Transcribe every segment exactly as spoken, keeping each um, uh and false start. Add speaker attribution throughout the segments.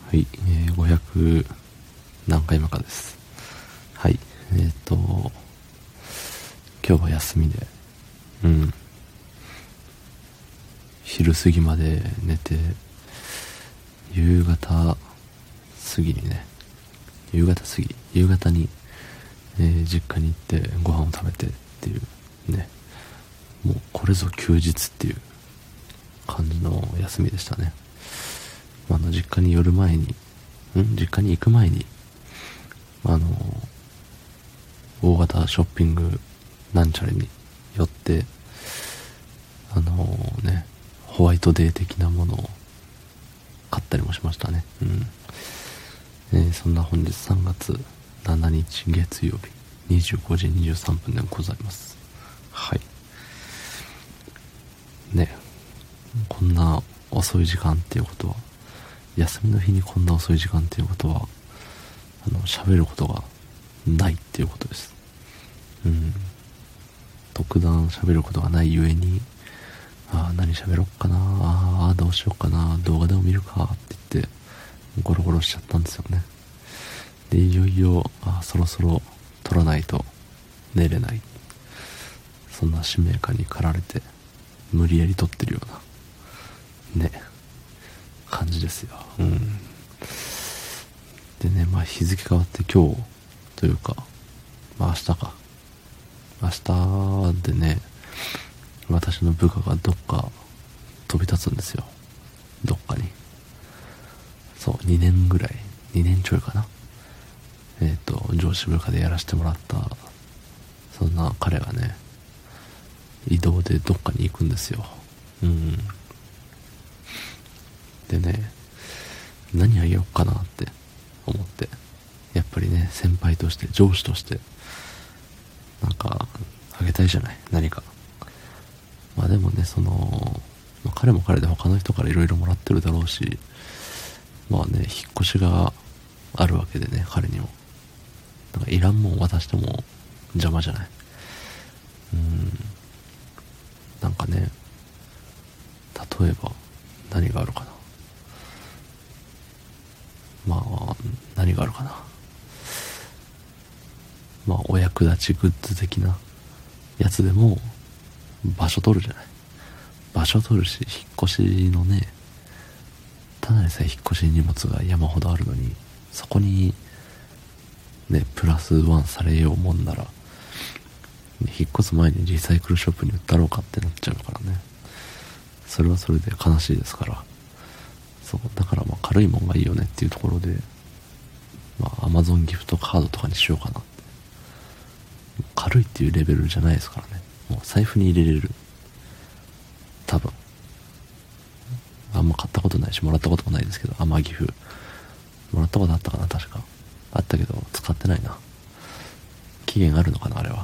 Speaker 1: はい、えー、ごひゃく何回目かです。はい、えーと今日は休みで、うん昼過ぎまで寝て、夕方過ぎにね夕方過ぎ夕方に、えー、実家に行ってご飯を食べてっていうね、もうこれぞ休日っていう感じの休みでしたね。あの実家に寄る前にん実家に行く前にあの大型ショッピングなんちゃらに寄って、あのねホワイトデー的なものを買ったりもしましたね。うん、えー、そんな本日さんがつついたち月曜日にじゅうごじにじゅうさんぷんでございます。はいね、こんな遅い時間っていうことは、休みの日にこんな遅い時間っていうことは、あの喋ることがないっていうことです。うん、特段喋ることがないゆえに、ああ何喋ろっかな、ああどうしようかな、動画でも見るかって言ってゴロゴロしちゃったんですよね。でいよいよあそろそろ撮らないと寝れない、そんな使命感に駆られて無理やり撮ってるようなね感じですよ。うんでね、まあ日付変わって今日というか、まあ明日か明日でね、私の部下がどっか飛び立つんですよ。どっかに。そうにねんぐらいにねんちょいかな、えっと上司部下でやらせてもらったそんな彼がね、移動でどっかに行くんですよ。うんでね、何あげようかなって思って、やっぱりね先輩として上司としてなんかあげたいじゃない、何か。まあでもね、その、まあ、彼も彼で他の人からいろいろもらってるだろうし、まあね引っ越しがあるわけでね、彼にもなんかいらんもん渡しても邪魔じゃない。うーんなんかね、例えば何があるかな、まあ何があるかなまあお役立ちグッズ的なやつでも場所取るじゃない。場所取るし、引っ越しのね、ただでさえ引っ越し荷物が山ほどあるのに、そこにねプラスワンされようもんなら、引っ越す前にリサイクルショップに売ったろうかってなっちゃうからね。それはそれで悲しいですから。そうだからまあ軽いもんがいいよねっていうところで、まあ Amazon ギフトカードとかにしようかなって。軽いっていうレベルじゃないですからね。もう財布に入れれる。多分あんま買ったことないし、もらったこともないですけど、甘ギフもらったことあったかな、確かあったけど使ってないな。期限あるのかなあれは。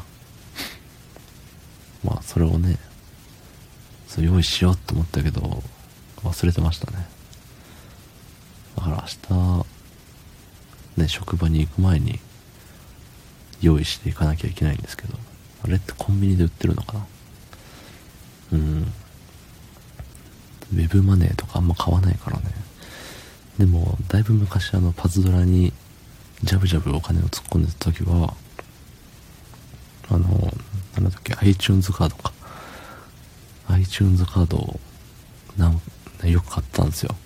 Speaker 1: まあそれをね、そう用意しようと思ったけど忘れてましたね。だから明日ね職場に行く前に用意していかなきゃいけないんですけど、あれってコンビニで売ってるのかな。うんウェブマネーとかあんま買わないからね。でもだいぶ昔あのパズドラにジャブジャブお金を突っ込んでた時は、あのなんだっけ iTunes カードか iTunes カードをなんよく買ったんですよ。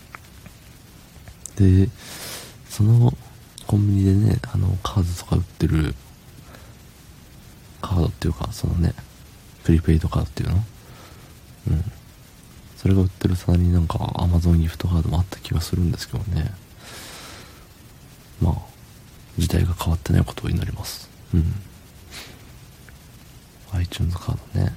Speaker 1: でそのコンビニでね、あのカードとか売ってるカードっていうか、そのねプリペイドカードっていうの、うんそれが売ってる隣になんか Amazon ギフトカードもあった気がするんですけどね。まあ時代が変わってないことを祈ります。うん iTunes カードね、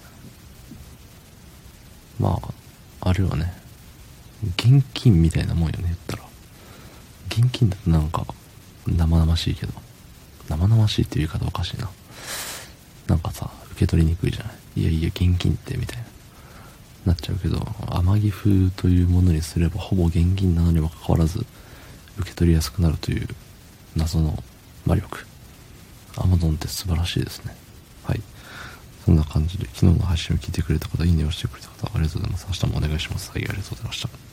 Speaker 1: まああれはね現金みたいなもんよね、言ったら。現金だとなんか生々しいけど、生々しいっていう言い方おかしいな。なんかさ受け取りにくいじゃない。いやいや現金ってみたいななっちゃうけど、甘ギフというものにすればほぼ現金なのにもかかわらず受け取りやすくなるという謎の魔力。 Amazon って素晴らしいですね。はい、そんな感じで昨日の配信を聞いてくれた方、いいねをしてくれた方ありがとうございます。明日もお願いします。はい、ありがとうございました。